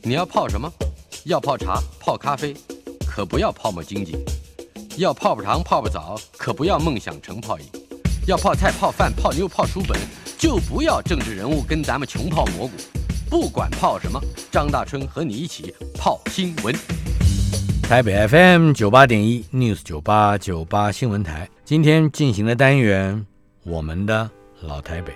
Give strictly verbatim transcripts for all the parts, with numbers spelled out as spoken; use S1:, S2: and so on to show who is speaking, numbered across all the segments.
S1: 你要泡什么？要泡茶、泡咖啡，可不要泡沫经济；要泡泡糖、泡泡澡，可不要梦想成泡影；要泡菜、泡饭、泡妞、泡书本，就不要政治人物跟咱们穷泡蘑菇。不管泡什么，张大春和你一起泡新闻。
S2: 台北 F M 九八点一 News 九八九八新闻台，今天进行的单元，我们的老台北。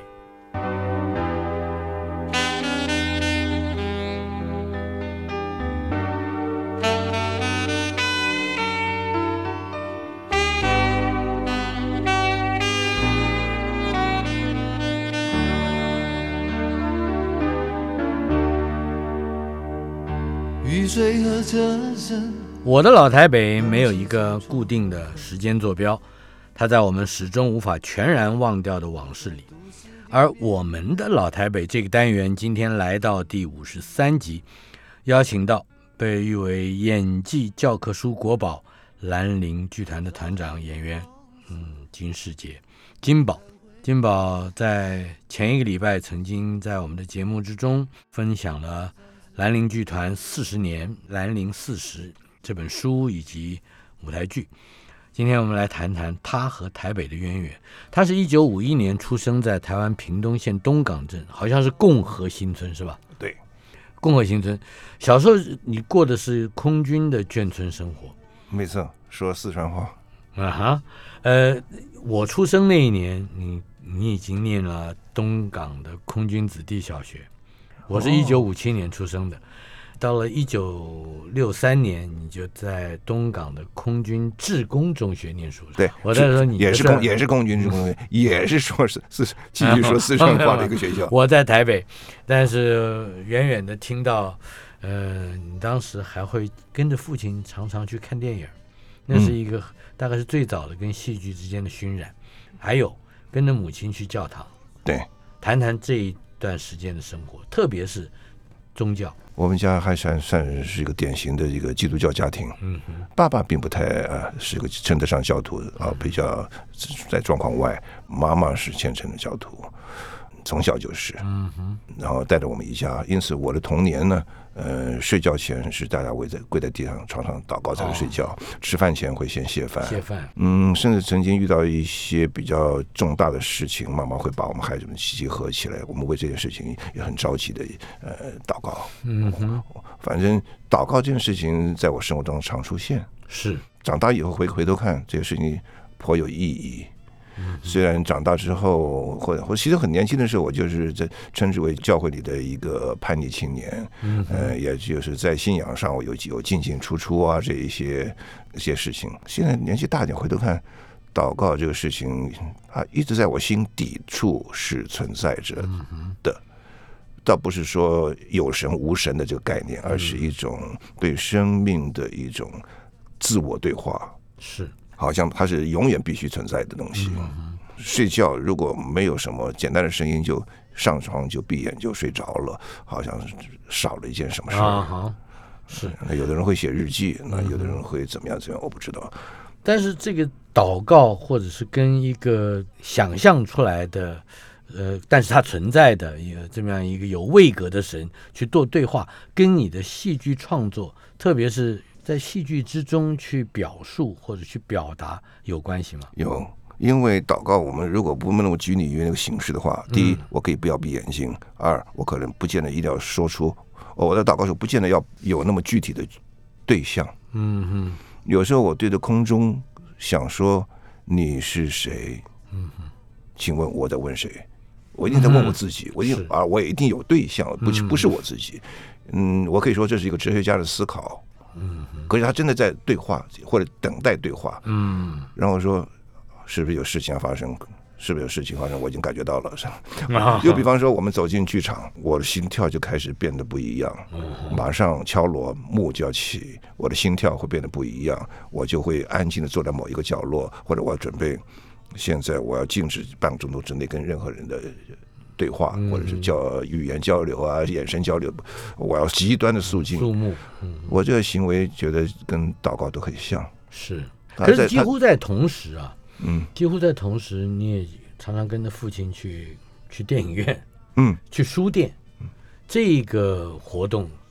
S2: 我的老台北没有一个固定的时间坐标，它在我们始终无法全然忘掉的往事里。而我们的老台北这个单元今天来到第五十三集，邀请到被誉为演技教科书国宝兰陵剧团的团长演员嗯，金士杰金宝。金宝在前一个礼拜曾经在我们的节目之中分享了兰陵剧团四十年兰陵四十这本书以及舞台剧。今天我们来谈谈他和台北的渊源。他是一九五一年出生在台湾屏东县东港镇，好像是共和新村是吧？
S3: 对，
S2: 共和新村。小时候你过的是空军的眷村生活？
S3: 没错，说四川话。
S2: 啊哈，呃，我出生那一年，你你已经念了东港的空军子弟小学。我是一九五七年出生的，哦、到了一九六三年，你就在东港的空军志工中学念书。
S3: 对，
S2: 我在说你
S3: 也是空也是空军志工，也是说是四继续说四川话的一个学校。
S2: 我在台北，但是远远的听到，呃，你当时还会跟着父亲常常去看电影，那是一个、嗯、大概是最早的跟戏剧之间的熏染，还有跟着母亲去教堂。
S3: 对，
S2: 谈谈这一段时间的生活，特别是宗教。
S3: 我们家还算算是一个典型的一个基督教家庭。嗯哼，爸爸并不太呃是个称得上教徒啊，比较在状况外。妈妈是虔诚的教徒，从小就是。嗯哼，然后带着我们一家，因此我的童年呢，呃，睡觉前是大家围在跪在地上床上祷告才能睡觉，哦、吃饭前会先谢饭。
S2: 谢饭。
S3: 嗯，甚至曾经遇到一些比较重大的事情，妈妈会把我们孩子们集合起来，我们为这件事情也很着急的呃祷告。嗯哼，反正祷告这件事情在我生活中常出现。
S2: 是，
S3: 长大以后回回头看，这个事情颇有意义。虽然长大之后，或者或其实很年轻的时候，我就是在称之为教会里的一个叛逆青年，嗯，呃，也就是在信仰上我有有进进出出啊，这一些一些事情。现在年纪大点，回头看，祷告这个事情啊，一直在我心底处是存在着的。倒不是说有神无神的这个概念，而是一种对生命的一种自我对话。
S2: 是。
S3: 好像它是永远必须存在的东西。嗯、睡觉如果没有什么简单的声音，就上床就闭眼就睡着了，好像少了一件什么事。
S2: 啊、是，
S3: 那有的人会写日记，那有的人会怎么样怎么样，我不知道。
S2: 但是这个祷告，或者是跟一个想象出来的，呃，但是它存在的一个这么样一个有位格的神去做对话，跟你的戏剧创作，特别是在戏剧之中去表述或者去表达有关系吗？
S3: 有，因为祷告我们如果不能够拘泥于那个形式的话，第一，我可以不要闭眼睛；二，我可能不见得一定要说出我的祷告时候不见得要有那么具体的对象。嗯哼，有时候我对着空中想说你是谁？嗯哼，请问我在问谁？我一定在问我自己，嗯、我一定啊，我也一定有对象，不是不是我自己。嗯，我可以说这是一个哲学家的思考。嗯，可是他真的在对话或者等待对话。嗯，然后说是不是有事情要发生？是不是有事情发生？我已经感觉到了。就比方说我们走进剧场，我的心跳就开始变得不一样。马上敲锣，幕就要起，我的心跳会变得不一样。我就会安静的坐在某一个角落，或者我要准备，现在我要静止半个钟头之内跟任何人的对话，或者是交语言交流啊，眼神交流，我要极端的肃静。肃穆，嗯，我这个行为觉得跟祷告都很像。
S2: 是，可是几乎在同时啊，嗯，几乎在同时，你也常常跟着父亲去去电影院，嗯，去书店，这个活动，嗯，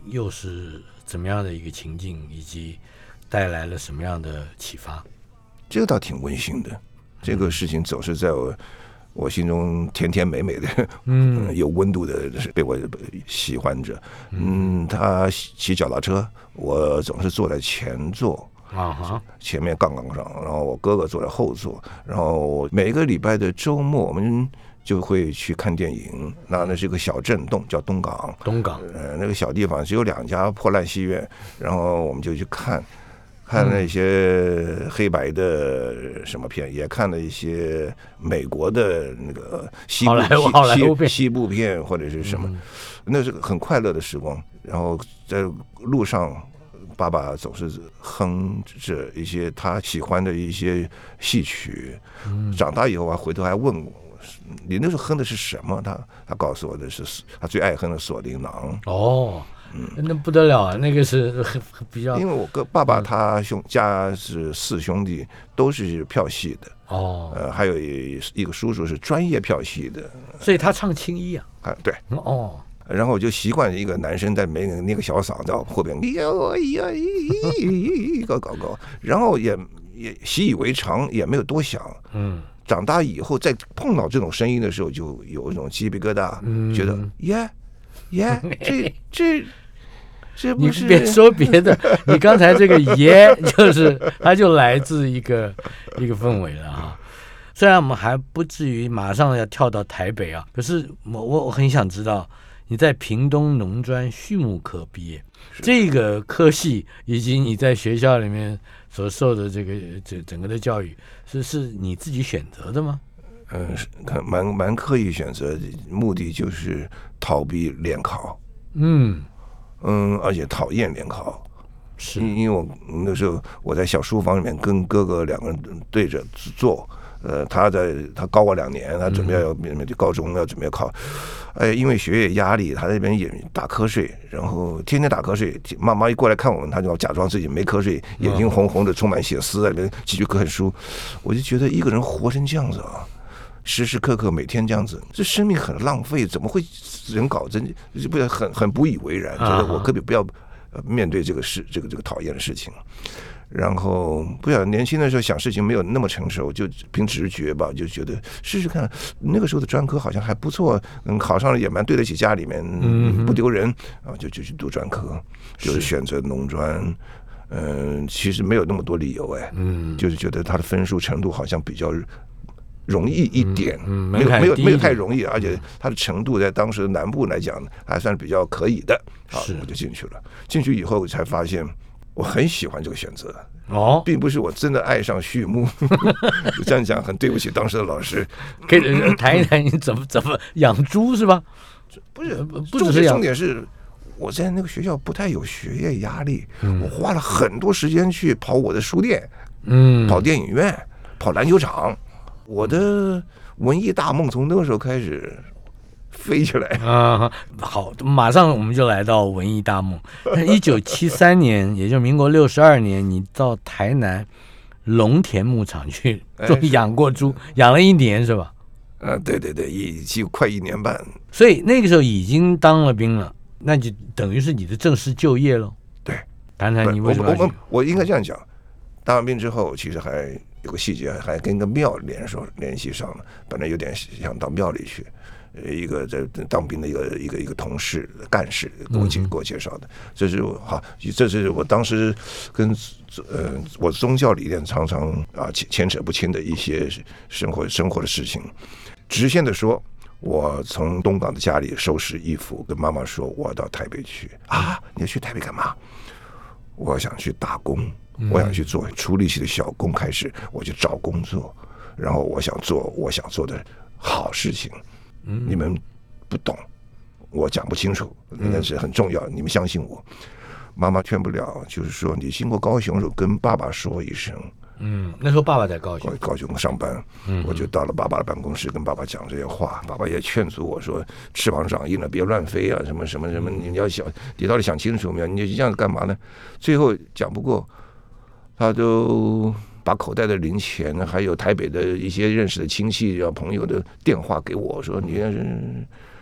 S2: 又是怎么样的一个情境，以及带来了什么样的启发？
S3: 这个倒挺温馨的，这个事情总是在我我心中甜甜美美的，嗯，有温度的，被我喜欢着。嗯，他骑脚踏车，我总是坐在前座。啊哈，前面杠杠上，然后我哥哥坐在后座，然后每个礼拜的周末我们就会去看电影。那那是一个小镇洞，叫东港。
S2: 东港，
S3: 呃，那个小地方只有两家破烂戏院，然后我们就去看，看那些黑白的什么片，也看了一些美国的那个西部西西部片或者是什么，那是很快乐的时光。然后在路上，爸爸总是哼着一些他喜欢的一些戏曲。长大以后啊，回头还问我，你那时候哼的是什么？他他告诉我的是他最爱哼的《锁麟囊》。哦，
S2: 嗯，那不得了啊！那个是比较，
S3: 因为我跟爸爸他兄家是四兄弟，都是票戏的。哦，呃，还有一个叔叔是专业票戏的，
S2: 所以他唱青衣啊。
S3: 啊，对，哦。然后我就习惯一个男生在没那个小嗓子后边，哎呀哎呀，搞搞搞，然后也也习以为常，也没有多想。嗯，长大以后再碰到这种声音的时候，就有一种鸡皮疙瘩，嗯、觉得耶耶，这这这不是？
S2: 你别说别的，你刚才这个耶，就是它就来自一个一个氛围了啊。虽然我们还不至于马上要跳到台北啊，可是我我很想知道。你在屏东农专畜牧科毕业，这个科系以及你在学校里面所受的这个这整个的教育，是是你自己选择的吗？
S3: 嗯，蛮蛮刻意选择，目的就是逃避联考。嗯嗯，而且讨厌联考，是因为我那时候我在小书房里面跟哥哥两个人对着坐。呃，他在他高我两年，他准备要高中要准备考，哎，因为学业压力，他在那边也打瞌睡，然后天天打瞌睡。妈妈一过来看我们，他就假装自己没瞌睡，眼睛红红的，充满血丝，在那边继续看书。我就觉得一个人活成这样子啊，时时刻刻每天这样子，这生命很浪费，怎么会人搞真不很很不以为然，觉得我可不可以不要面对这个事，这个这个讨厌的事情。然后不晓得年轻的时候想事情没有那么成熟，就凭直觉吧，就觉得试试看。那个时候的专科好像还不错，嗯，考上了也蛮对得起家里面，嗯、不丢人啊，就就去读专科，就是选择农专。嗯、呃，其实没有那么多理由哎，嗯，就是觉得他的分数程度好像比较容易一点，嗯嗯、没有没有没有太容易，而且他的程度在当时南部来讲还算是比较可以的，啊，我就进去了。进去以后才发现。我很喜欢这个选择哦，并不是我真的爱上畜牧，这样讲很对不起当时的老师。
S2: 可以谈一谈你怎么怎么养猪是吧？
S3: 不是，不只是重点是我在那个学校不太有学业压力，嗯、我花了很多时间去跑我的书店，嗯，跑电影院，跑篮球场。我的文艺大梦从那个时候开始。飞起来
S2: 啊！好，马上我们就来到文艺大梦。一九七三年，也就是民国六十二年，你到台南龙田牧场去做养过猪，养了一年是吧？
S3: 啊，对对对，已经快一年半。
S2: 所以那个时候已经当了兵了，那就等于是你的正式就业了。
S3: 对，
S2: 谈谈你为什么要去？
S3: 我我我应该这样讲，当完兵之后，其实还有个细节，还跟一个庙联手联系上了，本来有点想到庙里去。一个在当兵的一个一个一个同事干事给我介给我介绍的，这是好，这是我当时跟呃我宗教理念常常啊牵牵扯不清的一些生活生活的事情。直线的说，我从东港的家里收拾衣服，跟妈妈说我要到台北去啊！你要去台北干嘛？我想去打工，我想去做处理器的小工，开始我去找工作，然后我想做我想做的好事情。你们不懂，我讲不清楚，但是很重要，你们相信我。妈妈劝不了，就是说你经过高雄的时候跟爸爸说一声。
S2: 嗯，那时候爸爸在高雄，
S3: 高雄上班，嗯、我就到了爸爸的办公室，跟爸爸讲这些话。爸爸也劝阻我说：“翅膀长硬了，别乱飞啊，什么什么什么，你要想，你到底想清楚没有？你这样子干嘛呢？”最后讲不过，他就把口袋的零钱，还有台北的一些认识的亲戚、朋友的电话给我说：“你要是……”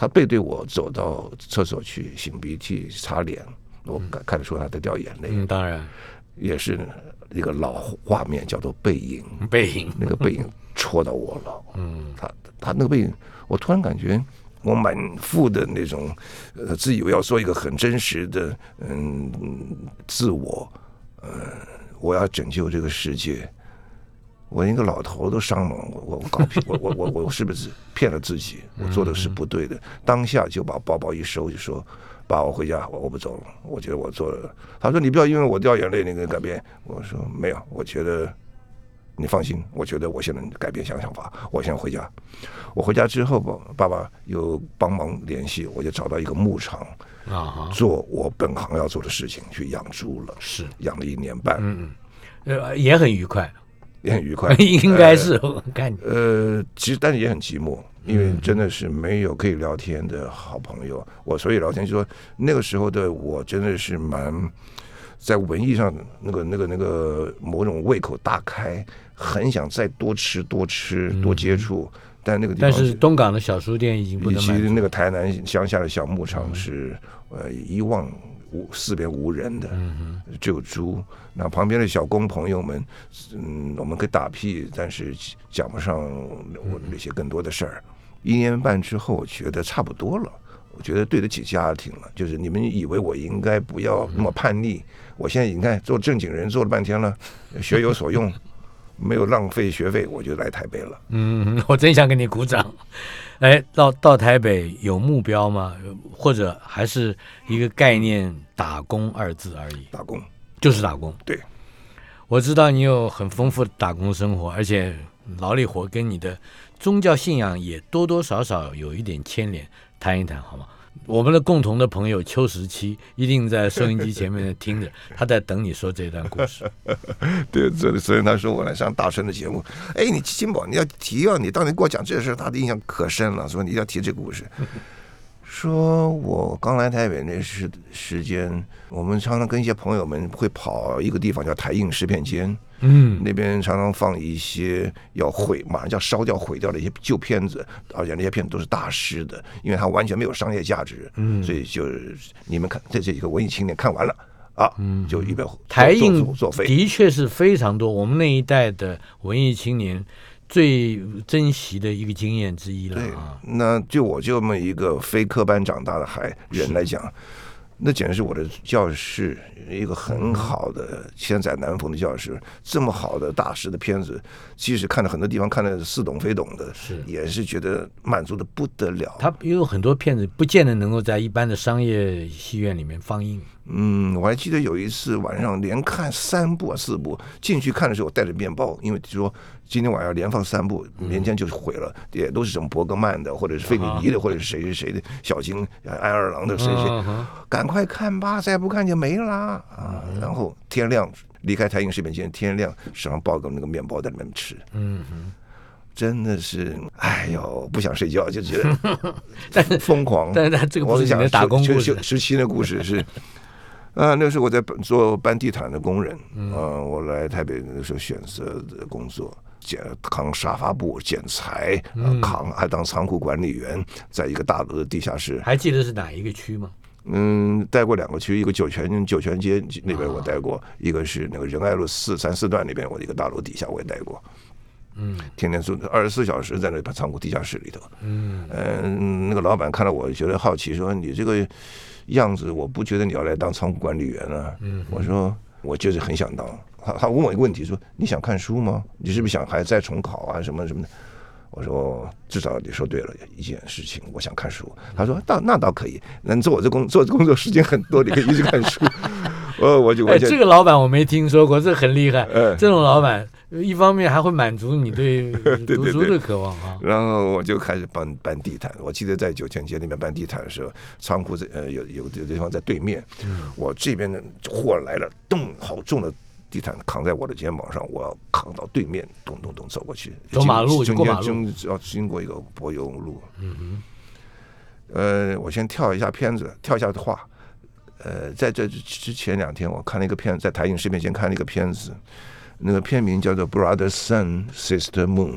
S3: 他背对我走到厕所去擤鼻涕擦脸，我看得出他在掉眼泪。
S2: 嗯，当然
S3: 也是一个老画面，叫做背影。
S2: 背影，
S3: 那个背影戳到我了。嗯，他他那个背影，我突然感觉我满腹的那种呃自以为要做一个很真实的嗯自我，呃，我要拯救这个世界。我一个老头都伤了，我我我搞骗我我我我是不是骗了自己？我做的是不对的，当下就把包包一收，就说爸，我回家，我我不走了。我觉得我做了。他说你不要因为我掉眼泪那个改变。我说没有，我觉得你放心，我觉得我现在改变想想法，我现在回家。我回家之后，爸爸又帮忙联系，我就找到一个牧场啊，做我本行要做的事情，去养猪了。是养了一年半，
S2: 嗯嗯，呃，也很愉快。
S3: 也很愉快，
S2: 应该是我看
S3: 呃，其实但是也很寂寞，因为真的是没有可以聊天的好朋友。我所以聊天就说那个时候的我真的是蛮在文艺上那个那个那个某种胃口大开，很想再多吃多吃多接触。嗯，但那个地方
S2: 但是东港的小书店已经不能
S3: 满足，以及那个台南乡下的小牧场是呃一望无四边无人的，只有猪。那旁边的小工朋友们，嗯，我们可以打屁，但是讲不上我那些更多的事儿。一年半之后，我觉得差不多了，我觉得对得起家庭了。就是你们以为我应该不要那么叛逆，我现在你看做正经人做了半天了，学有所用。没有浪费学费，我就来台北了。
S2: 嗯，我真想给你鼓掌。哎，到到台北有目标吗？或者还是一个概念“打工”二字而已？
S3: 打工
S2: 就是打工。
S3: 对，
S2: 我知道你有很丰富的打工生活，而且劳力活跟你的宗教信仰也多多少少有一点牵连，谈一谈好吗？我们的共同的朋友邱时期一定在收音机前面听着，他在等你说这段故事。
S3: 对，所以他说我来上大春的节目，哎，你金宝你要提啊，你当年给我讲这事，他的印象可深了，说你一定要提这个故事。说我刚来台北那时时间，我们常常跟一些朋友们会跑一个地方叫台印食片间，嗯，那边常常放一些要毁马上就要烧掉毁掉的一些旧片子，而且那些片子都是大师的，因为它完全没有商业价值，嗯，所以就是你们看这这几个文艺青年看完了啊，嗯，就预备
S2: 台印的确是非常多，我们那一代的文艺青年最珍惜的一个经验之一了啊！
S3: 那就我这么一个非科班长大的孩人来讲，那简直是我的教室，一个很好的千载难逢的教室。这么好的大师的片子，即使看了很多地方看的似懂非懂的，是也是觉得满足的不得了。
S2: 他有很多片子不见得能够在一般的商业戏院里面放映。
S3: 嗯，我还记得有一次晚上连看三部啊四部，进去看的时候我带着面包，因为说今天晚上连放三部，明天就毁了，也都是什么伯格曼的，或者是费里尼的，或者是谁谁谁的小金安二郎的谁谁，赶快看吧，再不看就没了啊！然后天亮离开台影食品间，天亮手上抱个那个面包在里面吃，嗯哼。真的是，哎呦，不想睡觉，就觉得疯狂。
S2: 但是这个不是你的打工故事。
S3: 十七的故事是，啊，那时候我在做搬地毯的工人，嗯、呃，我来台北那时候选择的工作，捡扛沙发布、剪裁，呃、扛还当仓库管理员，在一个大楼的地下室。
S2: 还记得是哪一个区吗？
S3: 嗯，待过两个区，一个酒泉酒泉街那边我待过，啊、一个是那个仁爱路四三四段那边，我的一个大楼底下我也待过。嗯，天天住二十四小时在那仓库地下室里头。嗯，呃，那个老板看到我觉得好奇，说你这个样子，我不觉得你要来当仓库管理员啊。嗯，我说我就是很想当。他他问我一个问题，说你想看书吗？你是不是想还再重考啊什么什么的？我说至少你说对了一件事情，我想看书。他说倒那倒可以，那做我这工做工作时间很多，你可以一直看书。呃，我就
S2: 哎，这个老板我没听说过，这很厉害。嗯，这种老板一方面还会满足你对读书的渴望啊。
S3: 对对对，然后我就开始搬搬地毯。我记得在酒泉街那边搬地毯的时候，仓库呃有有有地方在对面，嗯、我这边的货来了，咚，好重的地毯扛在我的肩膀上，我要扛到对面，咚咚咚走过去，
S2: 走马路，
S3: 中
S2: 过马路，
S3: 中要经过一个柏油路。嗯哼，呃，我先跳一下片子，跳一下话。呃，在这之前两天，我看了一个片，在台影视片间看了一个片子，那个片名叫做《Brother Sun Sister Moon》，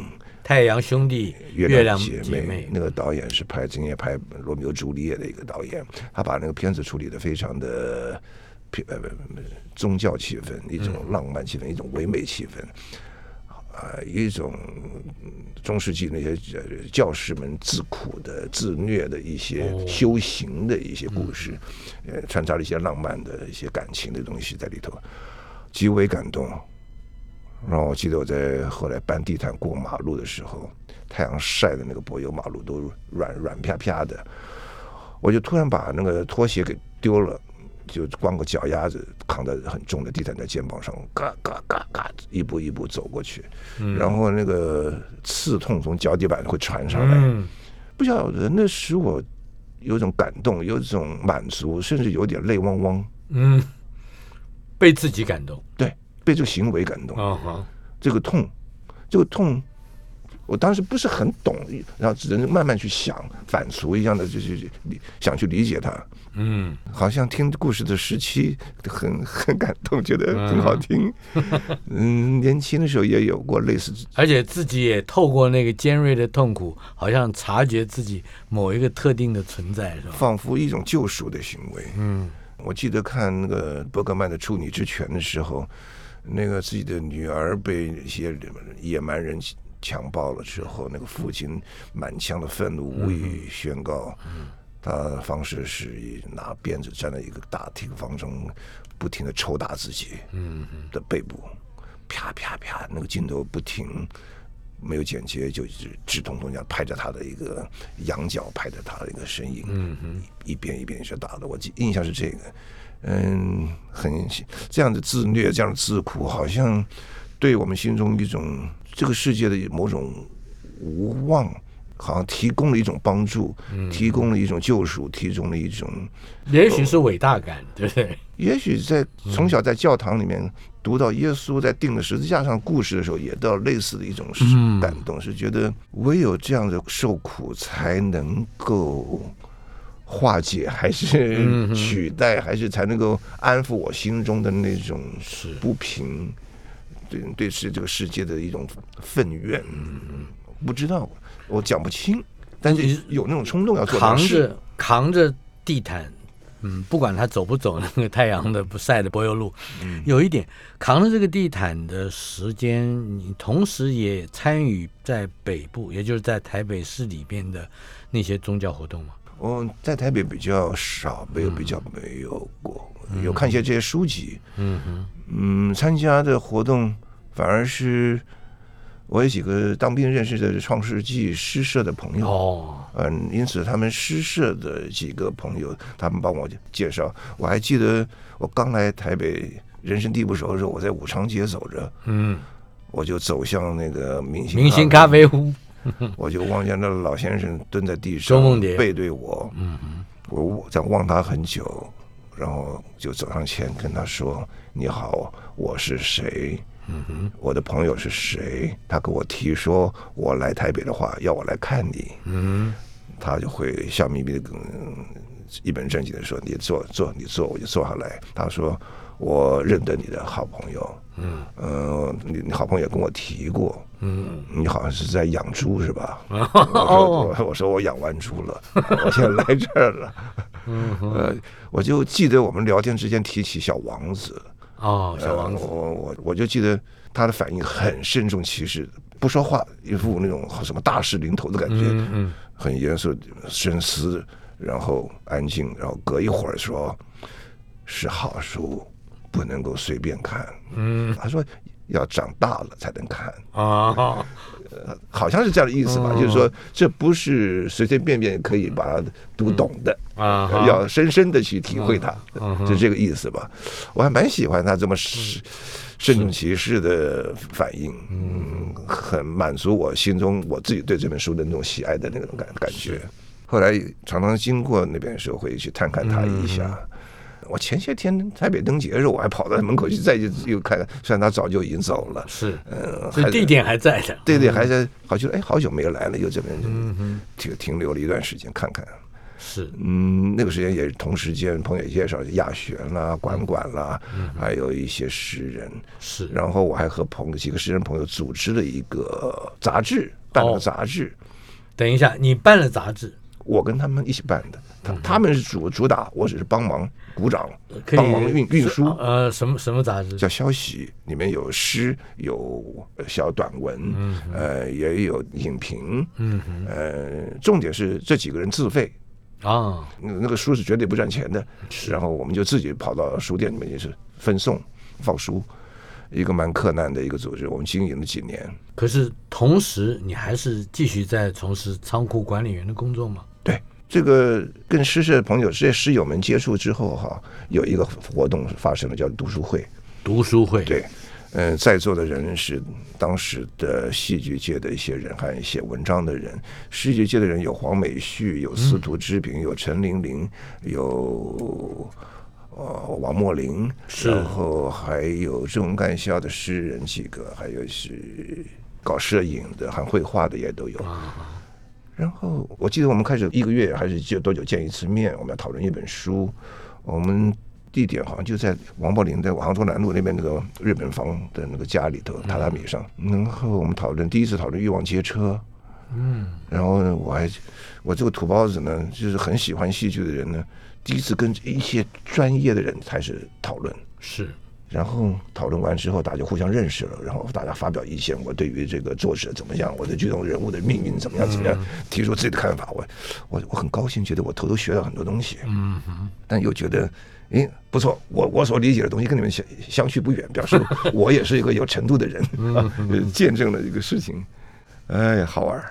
S2: 太阳兄弟》《
S3: 月亮
S2: 姐
S3: 姐妹》，那个导演是拍今年拍《罗密欧朱丽叶》的一个导演，他把那个片子处理的非常的呃宗教气氛，一种浪漫气氛，一种唯美气氛。啊、呃，一种中世纪那些教士们自苦的、自虐的一些修行的一些故事，哦、呃，穿插了一些浪漫的一些感情的东西在里头，极为感动。然后我记得我在后来搬地毯过马路的时候，太阳晒的那个柏油马路都软软啪啪的，我就突然把那个拖鞋给丢了。就光个脚丫子扛着很重的地毯在肩膀上，嘎嘎嘎嘎，一步一步走过去，嗯、然后那个刺痛从脚底板会传上来，嗯、不晓得那使我有种感动，有种满足，甚至有点泪汪汪。
S2: 嗯，被自己感动，
S3: 对，被这个行为感动。
S2: 哦哦、
S3: 这个痛，这个痛。我当时不是很懂，然后只能慢慢去想，反刍一样的，就是想去理解它。
S2: 嗯，
S3: 好像听故事的时期很很感动，觉得很好听。嗯，年轻的时候也有过类似，
S2: 而且自己也透过那个尖锐的痛苦，好像察觉自己某一个特定的存在，是吧？
S3: 仿佛一种救赎的行为。
S2: 嗯，
S3: 我记得看那个伯格曼的《处女之泉》的时候，那个自己的女儿被一些野蛮人强暴了之后，那个父亲满腔的愤怒无以宣告，嗯、他的方式是以拿鞭子站在一个大厅房中，不停的抽打自己的背部，啪啪啪，那个镜头不停，没有剪接，就直通通这样拍着他的一个仰角，拍着他的一个身影，嗯、一遍一遍是打的。我印象是这个，嗯，很这样的自虐，这样的自苦，好像对我们心中一种。这个世界的某种无望，好像提供了一种帮助，嗯、提供了一种救赎，提供了一种，
S2: 也许是伟大感，对不对？
S3: 也许在从小在教堂里面读到耶稣在钉的十字架上故事的时候，也到类似的一种感动，嗯、是觉得唯有这样的受苦才能够化解，还是取代，还是才能够安抚我心中的那种不平。对对，是这个世界的一种愤怨，嗯、不知道，我讲不清，但是有那种冲动要做
S2: 扛着扛着地毯，嗯，不管他走不走那个太阳的不晒的柏油路，嗯、有一点扛着这个地毯的时间，你同时也参与在北部，也就是在台北市里边的那些宗教活动吗？
S3: 我在台北比较少，没有比较没有过，嗯、有看一些这些书籍，嗯哼。嗯，参加的活动反而是我有几个当兵认识的创世纪诗社的朋友哦，嗯，因此他们诗社的几个朋友，他们帮我介绍。我还记得我刚来台北，人生地不熟的时候，我在武昌街走着，嗯，我就走向那个明星
S2: 明星咖啡屋，
S3: 我就望见那老先生蹲在地上，周梦蝶背对我，嗯嗯，我在望他很久。然后就走上前跟他说：“你好，我是谁？嗯哼，我的朋友是谁？他跟我提说，我来台北的话，要我来看你。嗯，他就会笑眯眯的跟一本正经的说：‘你坐，坐，你坐。’我就坐下来。他说：‘我认得你的好朋友。嗯，呃，你你好朋友跟我提过。嗯，你好像是在养猪是吧？我说我我说我养完猪了，我现在来这儿了。’嗯，呃，我就记得我们聊天之间提起小王子
S2: 哦，小王子，
S3: 呃、我我我就记得他的反应很慎重其事，不说话，一副那种什么大事临头的感觉，嗯嗯，很严肃深思，然后安静，然后隔一会儿说：“是好书，不能够随便看。”嗯，他说要长大了才能看啊。呃好像是这样的意思吧，嗯、就是说这不是随随便便可以把它读懂的，嗯、啊，要深深的去体会它，嗯、是这个意思吧。我还蛮喜欢他这么慎重其事的反应，嗯，很满足我心中我自己对这本书的那种喜爱的那种感感觉。后来常常经过那边的时候，会去探看他一下。嗯，我前些天台北灯节的时候，我还跑到门口去再又看，虽然他早就已经走了，
S2: 是，嗯，所以地点还在的，
S3: 对对，还在，好像哎，好久没有来了，又这边停停留了一段时间看看，
S2: 是，
S3: 嗯，那个时间也同时间朋友介绍亚璇啦、管管啦，嗯、还有一些诗人，
S2: 是，
S3: 然后我还和朋友几个诗人朋友组织了一个杂志。 办了个杂志。
S2: 哦、等一下，你办了杂志？
S3: 我跟他们一起办的，他他们是主主打，我只是帮忙鼓掌，
S2: 可以
S3: 帮忙运运输。
S2: 呃，什么什么杂志？
S3: 叫消息，里面有诗，有小短文，嗯、呃，也有影评，嗯，呃，重点是这几个人自费
S2: 啊，
S3: 那个书是绝对不赚钱的，然后我们就自己跑到书店里面也是分送放书。一个蛮困难的一个组织，我们经营了几年。
S2: 可是同时，你还是继续在从事仓库管理员的工作吗？
S3: 对，这个跟诗社朋友、这些诗友们接触之后，哈，有一个活动发生了，叫读书会。
S2: 读书会，
S3: 对，嗯、呃，在座的人是当时的戏剧界的一些人，还有写文章的人。戏剧界的人有黄美旭，有司徒之平，有陈玲玲，有。呃，王墨林，然后还有中干校的诗人几个，还有是搞摄影的、还绘画的也都有。然后我记得我们开始一个月还是就多久见一次面，我们要讨论一本书。我们地点好像就在王墨林在杭州南路那边那个日本房的那个家里头榻榻米上。然后我们讨论第一次讨论欲望街车。嗯，然后呢，我还我这个土包子呢，就是很喜欢戏剧的人呢。第一次跟一些专业的人开始讨论，
S2: 是，
S3: 然后讨论完之后，大家互相认识了，然后大家发表意见。我对于这个作者怎么样，我对剧中人物的命运怎么样怎么样，提出自己的看法。我我我很高兴，觉得我偷偷学到很多东西。嗯哼，但又觉得，哎，不错，我我所理解的东西跟你们相相去不远，表示我也是一个有程度的人，啊、见证了一个事情，哎，好玩。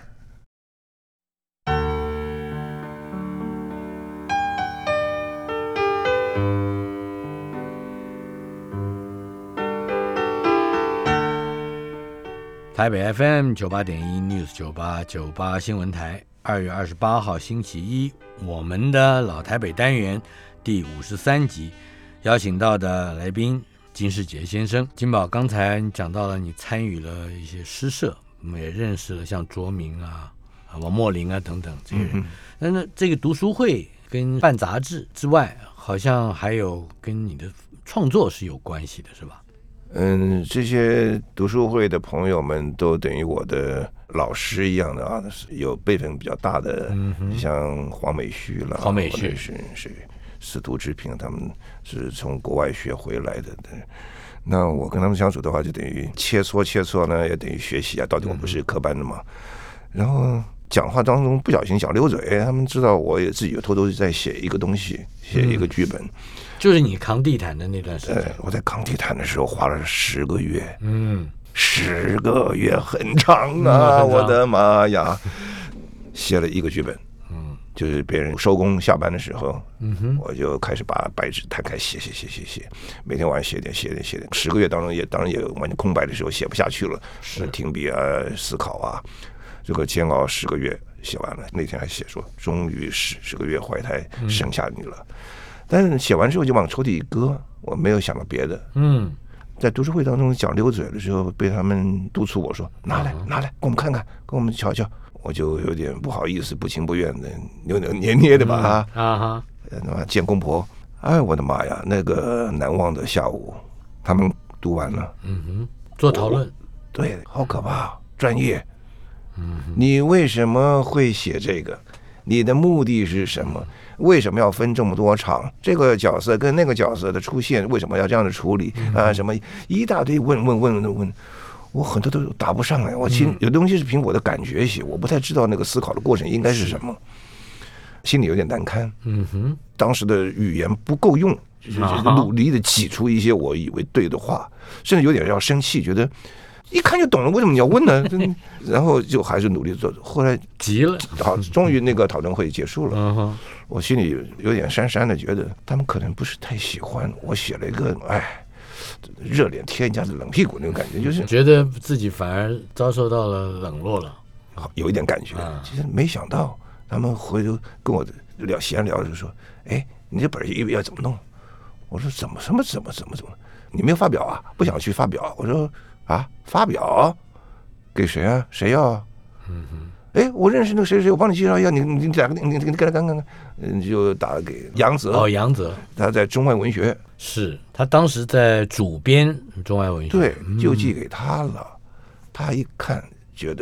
S2: 台北 F M 九八点一 News 九八九八新闻台，二月二十八号星期一，我们的老台北单元第五十三集，邀请到的来宾金士杰先生。金宝，刚才你讲到了你参与了一些诗社，我们也认识了像卓明啊、王墨林啊等等这些人。那、嗯、那这个读书会跟办杂志之外，好像还有跟你的创作是有关系的，是吧？
S3: 嗯，这些读书会的朋友们都等于我的老师一样的啊，有辈分比较大的，嗯、像黄美旭啦，
S2: 黄美旭
S3: 是是司徒之平，他们是从国外学回来的。那我跟他们相处的话，就等于切磋切磋呢，也等于学习啊。到底我不是科班的嘛？然后讲话当中不小心讲溜嘴，他们知道我也自己偷偷在写一个东西，写一个剧本。嗯，
S2: 就是你扛地毯的那段时间。
S3: 呃，我在扛地毯的时候花了十个月，嗯，十个月很长啊，嗯、我的妈呀！写了一个剧本，嗯，就是别人收工下班的时候，嗯哼，我就开始把白纸摊开写写写写写，每天晚上写点写点写点。十个月当中也当然也有完全空白的时候，写不下去了，是停笔啊，思考啊，这个煎熬十个月写完了。那天还写说，终于十十个月怀胎生下你了。嗯，但是写完之后就往抽屉一搁，我没有想到别的。嗯，在读书会当中讲溜嘴的时候，被他们督促我说：“拿来，拿来，给我们看看，给我们瞧瞧。”我就有点不好意思，不情不愿的，扭扭捏捏的吧。啊哈，那见公婆，哎，我的妈呀，那个难忘的下午，他们读完了，
S2: 嗯哼，做讨论，
S3: 对，好可怕，专业。嗯，你为什么会写这个？你的目的是什么？为什么要分这么多场？这个角色跟那个角色的出现，为什么要这样的处理啊？什么一大堆问问问问问，我很多都答不上来。我其实有东西是凭我的感觉写，我不太知道那个思考的过程应该是什么，心里有点难堪。嗯哼，当时的语言不够用，就是努力的挤出一些我以为对的话，甚至有点要生气，觉得。一看就懂了，为什么你要问呢？然后就还是努力做。后来
S2: 急了，
S3: 好，终于那个讨论会结束了。Uh-huh. 我心里有点讪讪的，觉得他们可能不是太喜欢我写了一个，哎，热脸贴人家的冷屁股那种感觉，就是
S2: 觉得自己反而遭受到了冷落了，
S3: 有一点感觉。Uh-huh. 其实没想到，他们回头跟我聊闲聊，就说：“哎，你这本要怎么弄？”我说：“怎么什么怎么怎么怎么？你没有发表啊？不想去发表？”我说。啊！发表给谁啊？谁要啊？嗯哼，哎，我认识那个谁谁，我帮你介绍一下。你你打个你你你给他看看看，嗯，就打给杨泽。
S2: 哦，杨泽，
S3: 他在中外文学，
S2: 是他当时在主编中外文学，
S3: 对，就寄给他了。嗯、他一看，觉得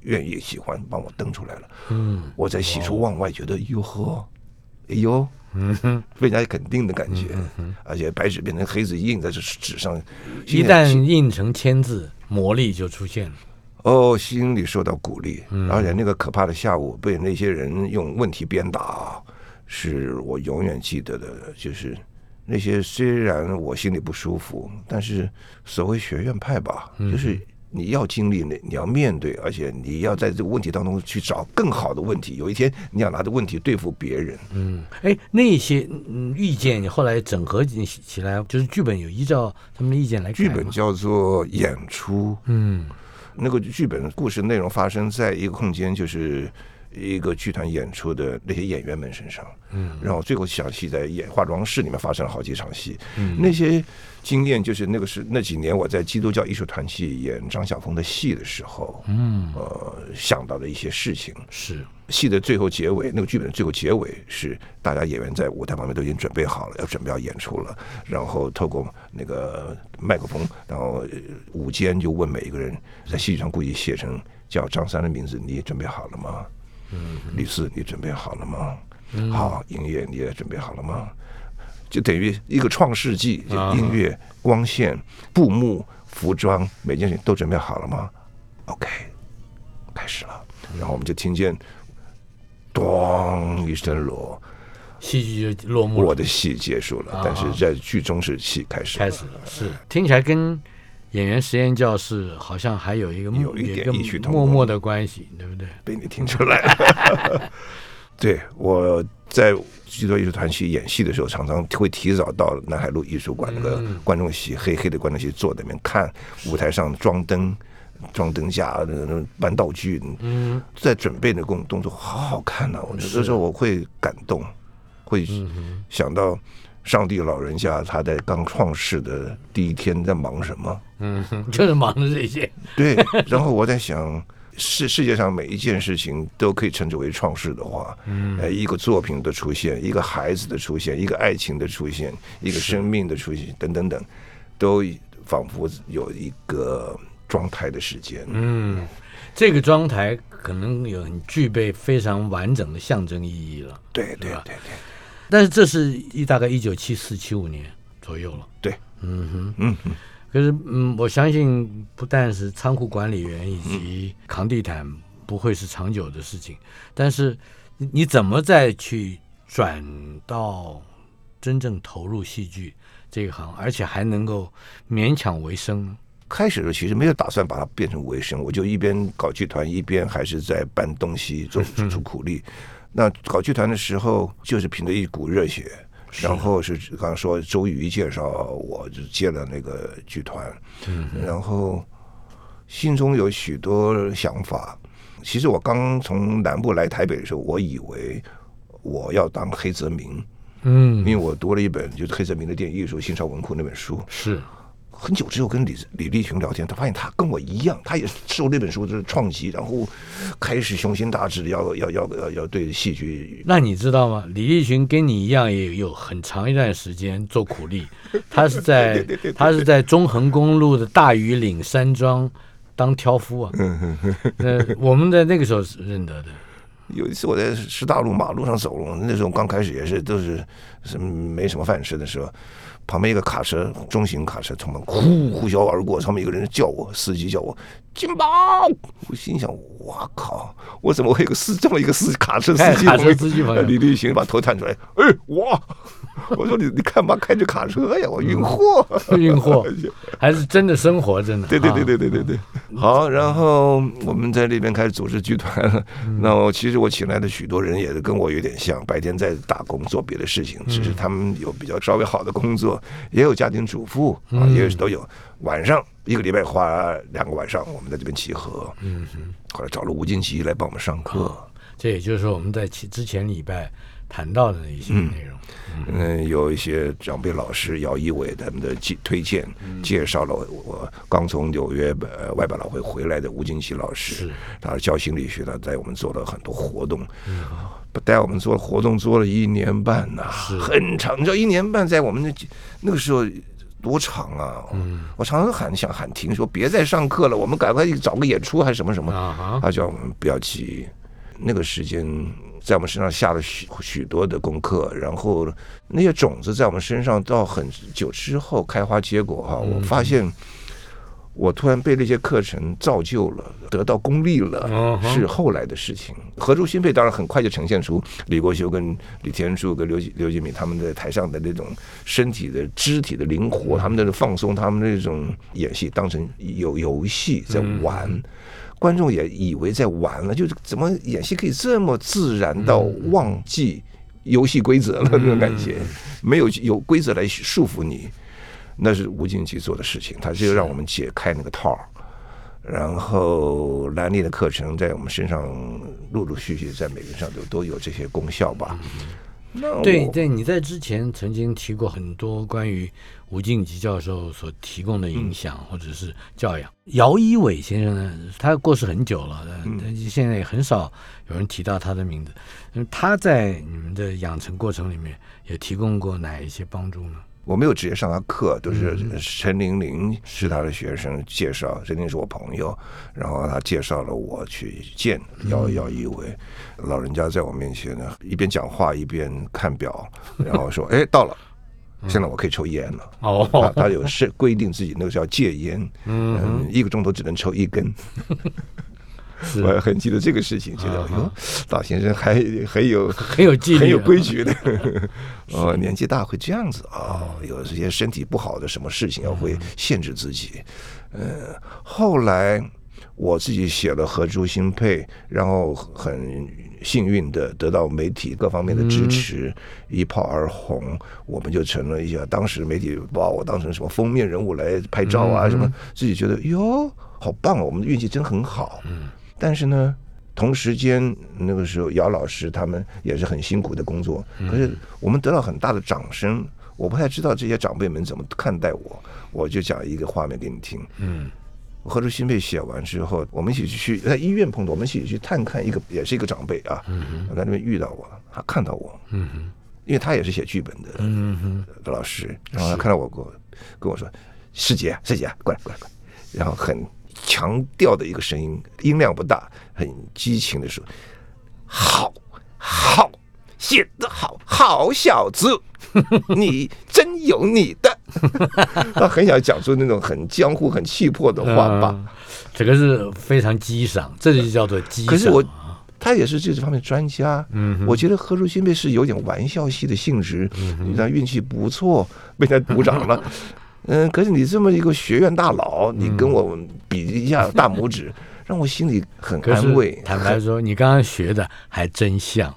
S3: 愿意喜欢帮我登出来了。
S2: 嗯，
S3: 我在喜出望外，觉得哟呵，哎呦，嗯哼，被人家肯定的感觉，嗯哼，而且白纸变成黑字印在这纸上，
S2: 一旦印成签字，魔力就出现了。
S3: 哦，心里受到鼓励，而且那个可怕的下午被那些人用问题鞭打，是我永远记得的。就是那些虽然我心里不舒服，但是所谓学院派吧，就是你要经历，你要面对，而且你要在这个问题当中去找更好的问题。有一天你要拿着问题对付别人。
S2: 嗯，哎，那些嗯意见你后来整合起来，就是剧本有依照他们的意见来改吗？
S3: 剧本叫做演出，
S2: 嗯。
S3: 那个剧本故事内容发生在一个空间，就是一个剧团演出的那些演员们身上，嗯，然后最后详细在演化妆室里面发生了好几场戏，嗯，那些经验就是那个是那几年我在基督教艺术团契演张晓峰的戏的时候，嗯，呃，想到的一些事情。
S2: 是
S3: 戏的最后结尾，那个剧本的最后结尾是大家演员在舞台旁边都已经准备好了，要准备要演出了，然后透过那个麦克风，然后舞间就问每一个人，在戏剧上故意写成叫张三的名字，你准备好了吗？嗯，李四，你准备好了吗？嗯、好，音乐你也准备好了吗？就等于一个创世纪，音乐、光线、布幕、服装，每件事情都准备好了吗 ？OK， 开始了，然后我们就听见。咣一声落，
S2: 戏剧就落幕了。
S3: 我的戏结束了，啊、但是在剧中是戏开始了。
S2: 开始了，是听起来跟演员实验教室好像还有一个
S3: 有一点异曲同
S2: 工默默的关系，对不对？
S3: 被你听出来了。对，我在基督教艺术团系演戏的时候，常常会提早到南海路艺术馆那个观众席，嗯、黑黑的观众席坐在那边看舞台上装灯。装灯架、搬道具，嗯，在准备的工动作好好看呐、啊！我有的时候我会感动，会想到上帝老人家他在刚创世的第一天在忙什么，
S2: 嗯，就是忙着这些。
S3: 对，然后我在想，世世界上每一件事情都可以称之为创世的话，嗯，呃，一个作品的出现，一个孩子的出现，一个爱情的出现，一个生命的出现，等等等，都仿佛有一个。装台的时间，
S2: 嗯，这个装台可能有很具备非常完整的象征意义了。
S3: 对对对对，
S2: 但是这是一大概一九七四七五年左右了。
S3: 对，
S2: 嗯哼，
S3: 嗯哼。
S2: 可是嗯，我相信不但是仓库管理员以及扛地毯不会是长久的事情，但是你怎么再去转到真正投入戏剧这个行，而且还能够勉强为生呢？
S3: 开始的时候其实没有打算把它变成为生，我就一边搞剧团一边还是在搬东西做出苦力。那搞剧团的时候就是凭着一股热血，然后是刚刚说周瑜介绍我就接了那个剧团，然后心中有许多想法。其实我刚从南部来台北的时候，我以为我要当黑泽明，嗯，因为我读了一本就是黑泽明的电影艺术新潮文库那本书，
S2: 是。
S3: 很久之后跟李李立群聊天，他发现他跟我一样，他也受那本书的创击，然后开始雄心大志，要要要要要对戏剧。
S2: 那你知道吗？李立群跟你一样，也有很长一段时间做苦力。他是在对对对对对他是在中横公路的大屿岭山庄当挑夫啊。呃，我们在那个时候是认得的。
S3: 有一次我在师大路马路上走路，那时候刚开始也是都是是没什么饭吃的时候，旁边一个卡车，中型卡车从门呼呼啸而过，上面一个人叫我，司机叫我金宝，我心想，哇靠，我怎么会有个司这么一个司卡车司机？
S2: 卡车司机朋友，
S3: 李立行把头探出来，哎哇！我说你你干嘛开着卡车呀？我运货，
S2: 运货还是真的生活，真的。
S3: 对对对对对对对。好，然后我们在那边开始组织剧团了。那我其实我请来的许多人也跟我有点像，白天在打工做别的事情，只是他们有比较稍微好的工作，也有家庭主妇啊，也有都有。晚上一个礼拜花两个晚上，我们在这边集合。嗯哼。后来找了吴金吉来帮我们上课。
S2: 这也就是说我们在之前礼拜谈到的一些内容。
S3: 嗯，有一些长辈老师姚一伟他们的推荐，介绍了我刚从纽约呃外百老汇回来的吴金奇老师，他教心理学的，在我们做了很多活动，不带我们做活动做了一年半呐、啊，很长，你知道一年半在我们那那个时候多长啊！嗯，我常常喊想喊停，说别再上课了，我们赶快找个演出还是什么什么。啊、他叫我们不要急，那个时间在我们身上下了许许多的功课，然后那些种子在我们身上到很久之后开花结果哈、啊。我发现我突然被那些课程造就了，得到功力了，是后来的事情。合珠新配当然很快就呈现出李国修跟李天柱跟刘刘吉敏他们在台上的那种身体的肢体的灵活，他们的放松，他们那种演戏当成有游戏在玩。嗯，观众也以为在玩了，就是怎么演戏可以这么自然到忘记游戏规则了那种感觉，没有有规则来束缚你。那是吴敬梓做的事情，他就让我们解开那个套，然后兰丽的课程在我们身上陆陆续续在每个人上都都有这些功效吧。
S2: 对对，你在之前曾经提过很多关于吴敬梓教授所提供的影响、嗯、或者是教养。姚一伟先生呢，他过世很久了，嗯、现在也很少有人提到他的名字。他在你们的养成过程里面也提供过哪一些帮助呢？
S3: 我没有直接上他课，都是陈玲玲是他的学生介绍，陈玲玲是我朋友，然后他介绍了我去见姚姚一伟，老人家在我面前呢，一边讲话一边看表，然后说：“哎，到了，现在我可以抽烟了。”哦，他他有是规定自己那个叫戒烟，嗯，一个钟头只能抽一根。我还很记得这个事情，觉得哟，老先生还很有
S2: 很有纪律、
S3: 很有规矩的。哦，年纪大会这样子啊、哦，有这些身体不好的什么事情要会限制自己。嗯，后来我自己写了《合珠新配》，然后很幸运的得到媒体各方面的支持，嗯、一炮而红，我们就成了一下。当时媒体把我当成什么封面人物来拍照啊，嗯、什么，自己觉得哟，好棒啊，我们的运气真很好。嗯。但是呢，同时间那个时候姚老师他们也是很辛苦的工作，可是我们得到很大的掌声，我不太知道这些长辈们怎么看待我，我就讲一个画面给你听。嗯，合珠新配写完之后，我们一起去在医院碰到，我们一起去探看一个也是一个长辈啊，嗯、我在那边遇到我，他看到我，嗯、因为他也是写剧本的、嗯、老师，然后他看到我跟我跟我说：“师姐，师姐，过来过来过来。”然后很强调的一个声音，音量不大，很激情的说：“好，好，写得好，好小子，你真有你的。”他很想讲出那种很江湖、很气魄的话吧。
S2: 嗯、这个是非常激赏，这就叫做激赏。
S3: 可是我，他也是这方面专家。嗯，我觉得合珠新配是有点玩笑戏的性质。嗯，你那运气不错，被他鼓掌了。嗯，可是你这么一个学院大佬，你跟我比一下大拇指，嗯、让我心里很安慰。
S2: 坦白说，你刚刚学的还真像。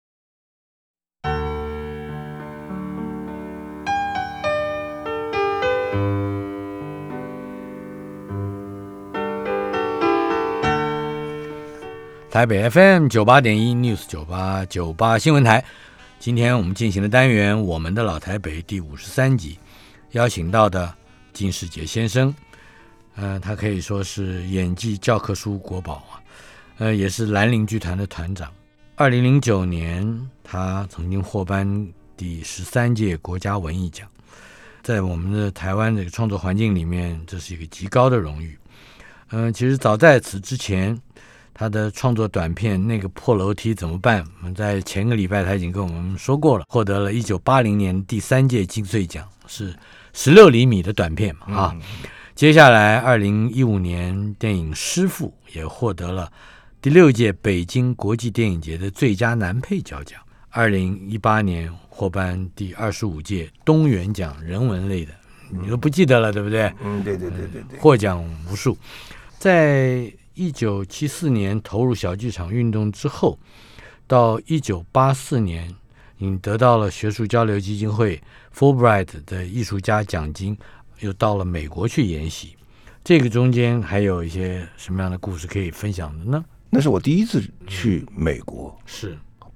S2: 台北 F M 九八点一 News 九八九八新闻台，今天我们进行的单元《我们的老台北》第五十三集。邀请到的金士杰先生，呃，他可以说是演技教科书国宝啊，呃，也是兰陵剧团的团长。二零零九年，他曾经获颁第十三届国家文艺奖，在我们的台湾这个创作环境里面，这是一个极高的荣誉。嗯、呃，其实早在此之前，他的创作短片《那个破楼梯怎么办》，我们在前个礼拜他已经跟我们说过了，获得了一九八零年第三届金穗奖，是十六厘米的短片嘛啊。嗯、接下来二零一五年电影《师父》也获得了第六届北京国际电影节的最佳男配角奖。二零一八年获颁第二十五届东元奖人文类的，你都不记得了对不对？
S3: 嗯，对对对对对，
S2: 获奖无数。在一九七四年投入小剧场运动之后，到一九八四年你得到了学术交流基金会 Fulbright 的艺术家奖金，又到了美国去研习。这个中间还有一些什么样的故事可以分享的呢？
S3: 那是我第一次去美国，
S2: 是
S3: 不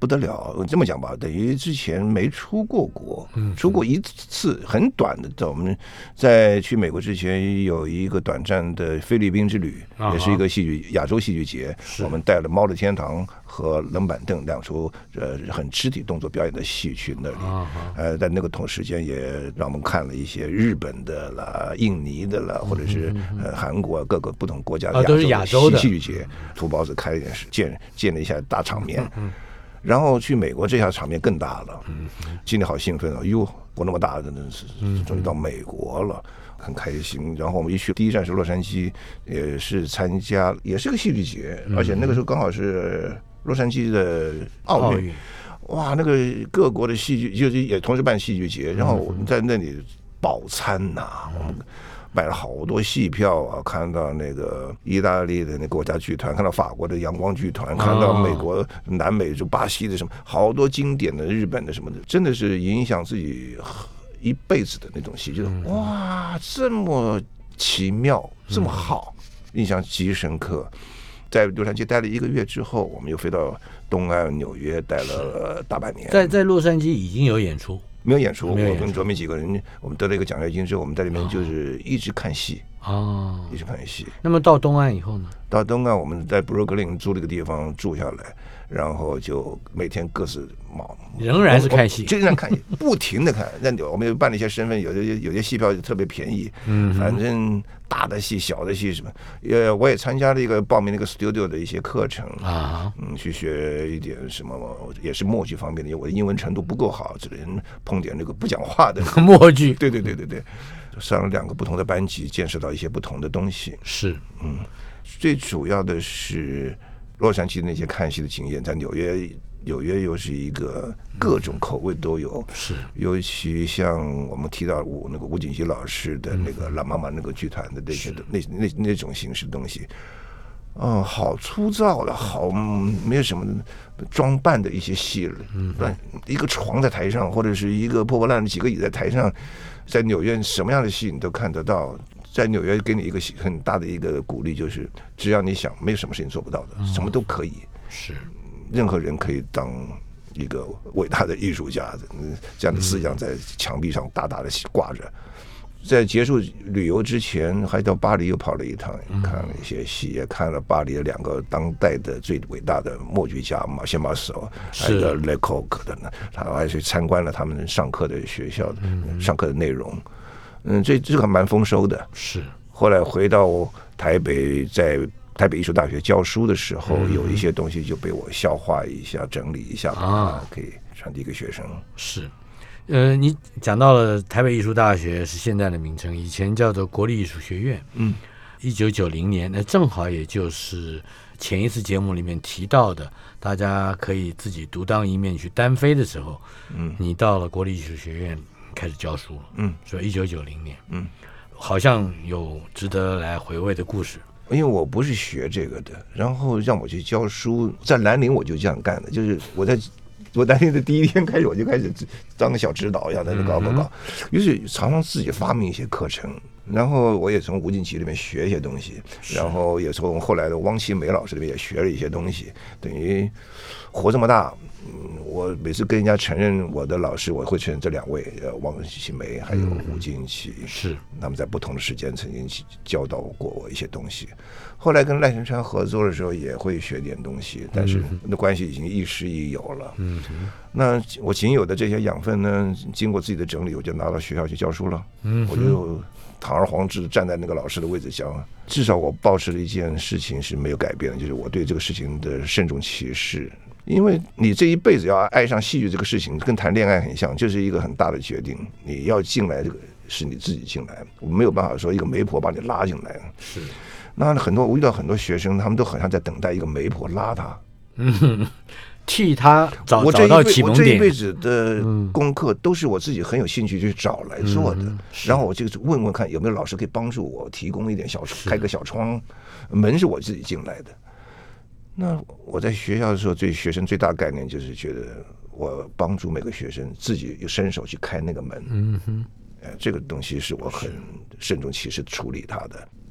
S3: 不得了。这么讲吧，等于之前没出过国，
S2: 嗯，
S3: 出过一次很短的。在我们在去美国之前，有一个短暂的菲律宾之旅，
S2: 啊、
S3: 也是一个戏剧亚洲戏剧节。我们带了《猫的天堂》和《冷板凳》两出呃很肢体动作表演的戏去那里。
S2: 啊、
S3: 呃，在那个同时间也让我们看了一些日本的啦、印尼的啦，或者是呃韩国各个不同国家的
S2: 亚洲、啊、都是亚洲的
S3: 戏剧节。土包子开了一点事，见见了一下大场面。嗯然后去美国，这下场面更大了，嗯，心里好兴奋啊！哟，我那么大，真的是终于到美国了，很开心。然后我们一去，第一站是洛杉矶，也是参加，也是个戏剧节，而且那个时候刚好是洛杉矶的奥运，哇，那个各国的戏剧就是也同时办戏剧节，然后我们在那里饱餐呐、啊，我们。买了好多戏票啊！看到那个意大利的那国家剧团，看到法国的阳光剧团，看到美国、南美洲、巴西的什么，好多经典的日本的什么的，真的是影响自己一辈子的那种戏，就是哇，这么奇妙，这么好，印象极深刻。在洛杉矶待了一个月之后，我们又飞到东岸纽约，待了大半年。
S2: 在在洛杉矶已经有演出。
S3: 没有演出，我跟卓明几个人，我们得了一个奖学金之后，我们在里面就是一直看戏，
S2: 哦，
S3: 一直看戏。
S2: 那么到东岸以后呢？
S3: 到东岸，我们在布鲁克林租了个地方住下来，然后就每天各自忙，
S2: 仍然是看戏，
S3: 仍然看戏，不停的看。那我们又办了一些身份，有的有些戏票就特别便宜，嗯，反正大的戏、小的戏什么，呃，我也参加了一个报名那个 studio 的一些课程啊，嗯，去学一点什么，也是默剧方面的，因为我的英文程度不够好，只能碰点那个不讲话的
S2: 默剧。
S3: 对对对对对，上了两个不同的班级，见识到一些不同的东西。
S2: 是，
S3: 嗯，最主要的是洛杉矶的那些看戏的经验，在纽约。纽约又是一个各种口味都有，
S2: 是，
S3: 尤其像我们提到吴那个吴锦熙老师的那个老妈妈那个剧团的那些那那那种形式的东西，哦，好粗糙的，好没有什么装扮的一些戏了，嗯，一个床在台上，或者是一个破破烂烂几个椅在台上，在纽约什么样的戏你都看得到。在纽约给你一个很大的一个鼓励，就是只要你想，没有什么事情做不到的，嗯、什么都可以。
S2: 是。
S3: 任何人可以当一个伟大的艺术家，这样的思想在墙壁上大大的挂着。在结束旅游之前，还到巴黎又跑了一趟，看了一些戏，也看了巴黎的两个当代的最伟大的默剧家马歇马索，还有个 Lecoq 的呢，他还去参观了他们上课的学校的、嗯、上课的内容。嗯，这这个还蛮丰收的。
S2: 是。
S3: 后来回到台北，在台北艺术大学教书的时候，有一些东西就被我消化一下、整理一下啊，可以传递给学生。
S2: 是，呃，你讲到了台北艺术大学是现在的名称，以前叫做国立艺术学院。嗯，一九九零年，那正好也就是前一次节目里面提到的，大家可以自己独当一面去单飞的时候，嗯，你到了国立艺术学院开始教书了。嗯，所以一九九零年，嗯，好像有值得来回味的故事。
S3: 因为我不是学这个的，然后让我去教书，在兰陵我就这样干的，就是我在我兰陵的第一天开始，我就开始当个小指导一样在那搞搞搞，于是常常自己发明一些课程，然后我也从吴敬祺里面学一些东西，然后也从后来的汪奇梅老师里面也学了一些东西，等于活这么大，嗯，我每次跟人家承认我的老师，我会承认这两位，呃，汪奇梅还有吴敬祺，
S2: 是
S3: 他们在不同的时间曾经教导过我一些东西。后来跟赖声川合作的时候，也会学点东西，但是那关系已经亦师亦友了。嗯，那我仅有的这些养分呢，经过自己的整理，我就拿到学校去教书了。嗯，我就堂而皇之站在那个老师的位置教。至少我保持了一件事情是没有改变的，就是我对这个事情的慎重其事。因为你这一辈子要爱上戏剧这个事情，跟谈恋爱很像，就是一个很大的决定。你要进来，这个是你自己进来，我没有办法说一个媒婆把你拉进来。
S2: 是，
S3: 那很多我遇到很多学生，他们都好像在等待一个媒婆拉他，
S2: 嗯，替他找
S3: 我
S2: 找到启蒙点。
S3: 我这一辈子的功课都是我自己很有兴趣去找来做的，嗯、然后我就问问看有没有老师可以帮助我提供一点小开个小窗，门是我自己进来的。那我在学校的时候，对学生最大概念就是觉得我帮助每个学生自己伸手去开那个门。嗯哼，呃，这个东西是我很慎重其事处理它的。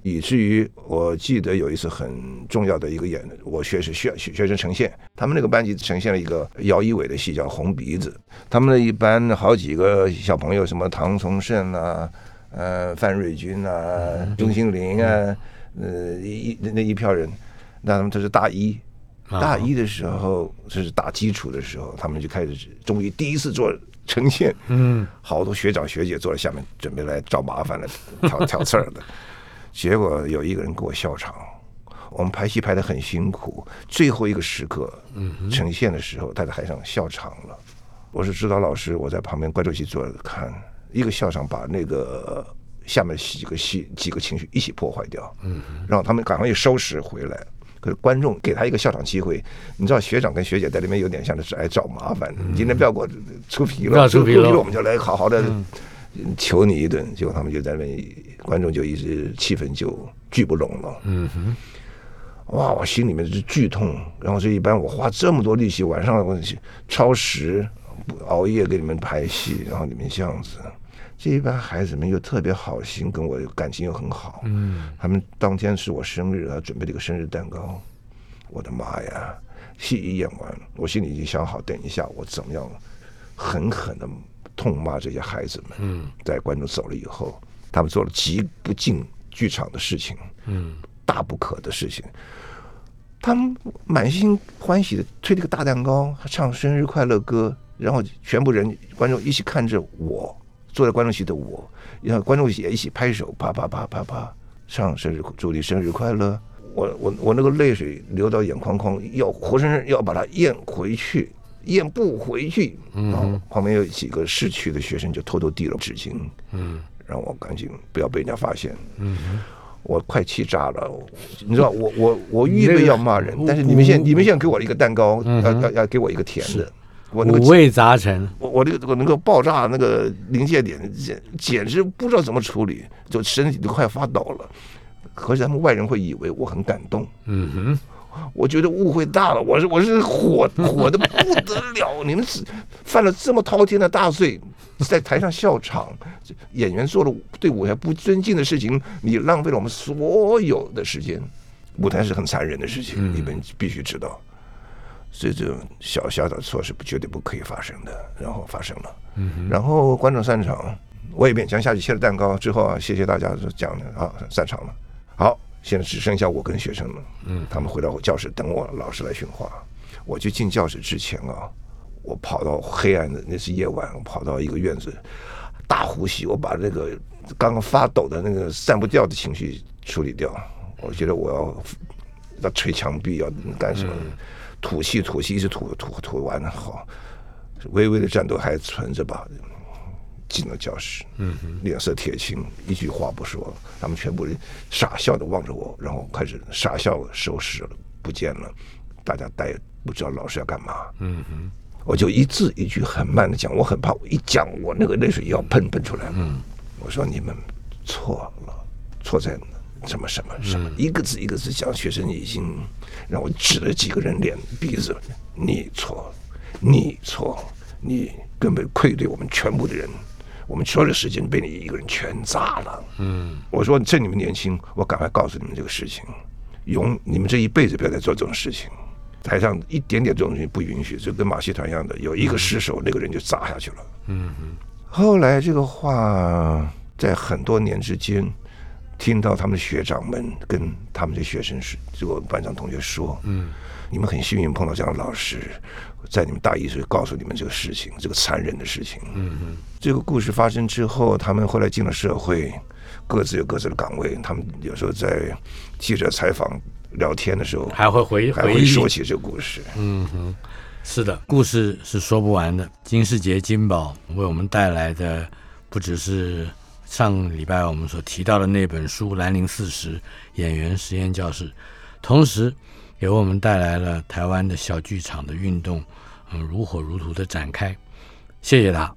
S3: 以至于我记得有一次很重要的一个演，我学生学学生呈现，他们那个班级呈现了一个姚一伟的戏叫《红鼻子》，他们那一班好几个小朋友，什么唐从圣啊，呃，范瑞军啊，钟欣凌啊，呃，一那一票人，那他们都是大一。大一的时候，这是打基础的时候，他们就开始终于第一次做呈现，嗯，好多学长学姐坐在下面准备来找麻烦了，挑挑刺儿的。结果有一个人给我笑场，我们排戏排得很辛苦，最后一个时刻，嗯，呈现的时候，他在台上笑场了。我是指导老师，我在旁边观众席坐着看，一个笑场把那个下面几个戏几个情绪一起破坏掉，嗯，让他们赶快又收拾回来。可是观众给他一个笑场机会，你知道学长跟学姐在里面有点像是来找麻烦的，你今天不要给我出纰漏，出纰漏我们就来好好的求你一顿。结果他们就在那边，观众就一直气氛就聚不拢了。嗯哼，哇，我心里面是剧痛。然后这一班我花这么多力气，晚上超时熬夜给你们排戏，然后你们这样子。这一班孩子们又特别好心，跟我感情又很好。嗯，他们当天是我生日，他准备了一个生日蛋糕。我的妈呀！戏一演完，我心里已经想好，等一下我怎么样狠狠的痛骂这些孩子们。嗯，在观众走了以后，他们做了极不进剧场的事情，嗯，大不可的事情。他们满心欢喜的推了个大蛋糕，唱生日快乐歌，然后全部人观众一起看着我。坐在观众席的我，然后观众也一起拍手，啪啪啪啪啪，唱生日祝你生日快乐。我我我那个泪水流到眼眶眶，要活生生要把它咽回去，咽不回去。然后旁边有几个逝去的学生就偷偷递了纸巾，嗯，让我赶紧不要被人家发现。嗯，我快气炸了，你知道，我我我预备要骂人，但是你们现在你们现在给我一个蛋糕，要要要给我一个甜的。我那个
S2: 五味杂陈，
S3: 我我那个我能够爆炸那个临界点，简简直不知道怎么处理，就身体都快发抖了。可是他们外人会以为我很感动，嗯哼，我觉得误会大了，我是我是火火的不得了。你们犯了这么滔天的大罪，在台上笑场，演员做了对舞台不尊敬的事情，你浪费了我们所有的时间。舞台是很残忍的事情，你们必须知道。所以这种小小的错是绝对不可以发生的，然后发生了，嗯、然后观众散场，我也勉强下去切了蛋糕之后啊，谢谢大家讲的啊，散场了。好，现在只剩下我跟学生了，嗯，他们回到我教室等我，老师来训话。我就进教室之前啊，我跑到黑暗的那是夜晚，我跑到一个院子，大呼吸，我把那个刚刚发抖的那个散不掉的情绪处理掉。我觉得我要要捶墙壁，要干什么？嗯，吐气吐气一直吐吐吐完了，好，微微的战斗还存着吧。进了教室，嗯，脸色铁青，一句话不说，他们全部人傻笑的望着我，然后开始傻笑收拾了，不见了，大家呆不知道老师要干嘛，嗯哼，我就一字一句很慢的讲，我很怕我一讲我那个泪水要喷喷出来，嗯，我说你们错了，错在什么什么什么，一个字一个字讲，学生已经让我指了几个人脸鼻子，你错，你错，你根本愧对我们全部的人。我们所有的时间被你一个人全砸了。嗯，我说趁你们年轻，我赶快告诉你们这个事情，永你们这一辈子不要再做这种事情。台上一点点这种东西不允许，就跟马戏团一样的，有一个失手，那个人就砸下去了。嗯嗯。后来这个话在很多年之间，听到他们的学长们跟他们的学生是，这个班长同学说，嗯，你们很幸运碰到这样的老师。在你们大一时告诉你们这个事情，这个残忍的事情。嗯嗯，这个故事发生之后，他们后来进了社会，各自有各自的岗位。他们有时候在记者采访聊天的时候，
S2: 还会回
S3: 还会说起这个故事。
S2: 嗯哼，是的，故事是说不完的。金士杰金宝为我们带来的，不只是上礼拜我们所提到的那本书《兰陵四十演员实验教室》，同时也为我们带来了台湾的小剧场的运动，嗯，如火如荼的展开。谢谢他。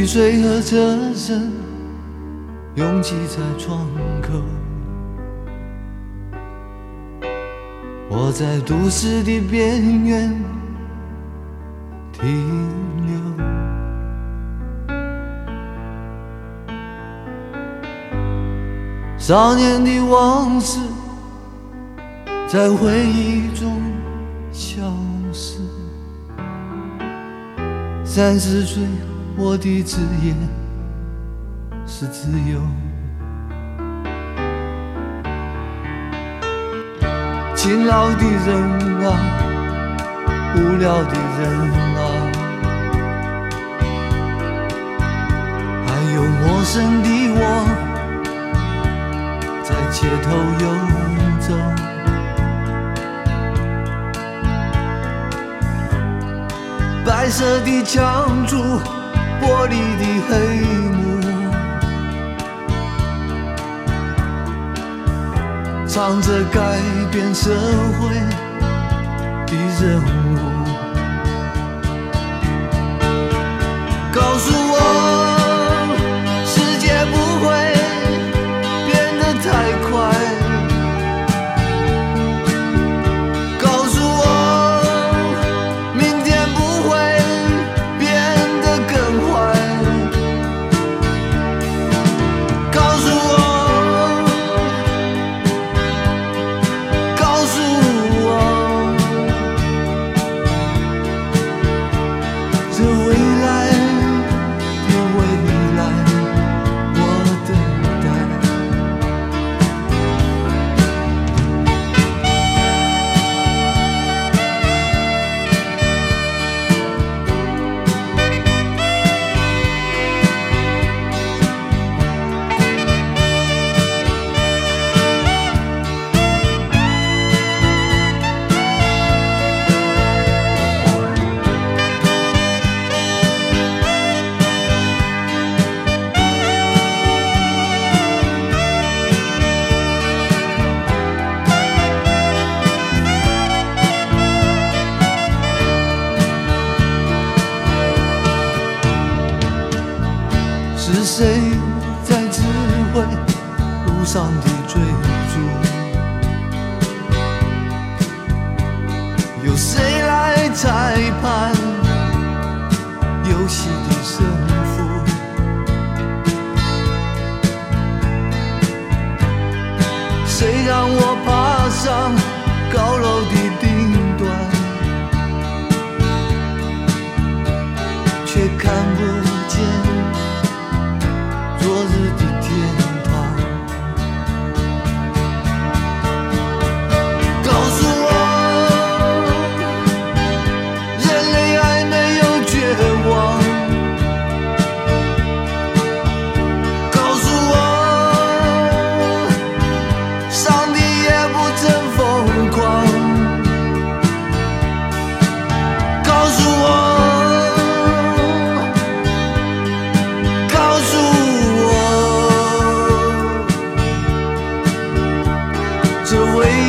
S4: 水和车声拥挤在窗口，我在都市的边缘停留。少年的往事在回忆中消失，三十岁我的职业是自由，勤劳的人啊，无聊的人啊，还有陌生的我在街头游走，白色的墙柱，玻璃的黑幕，唱着改变社会的任务，告诉我世界不会变得太快，告诉我明天不会变得更坏，告诉我告诉我这未来的未来我等待。是谁在指挥路上的追逐？由谁来裁判游戏的胜负？谁让我爬上高楼的顶端，却看不见昨日的天堂？告诉我人类还没有绝望，告诉我上帝也不曾疯狂，告诉我这未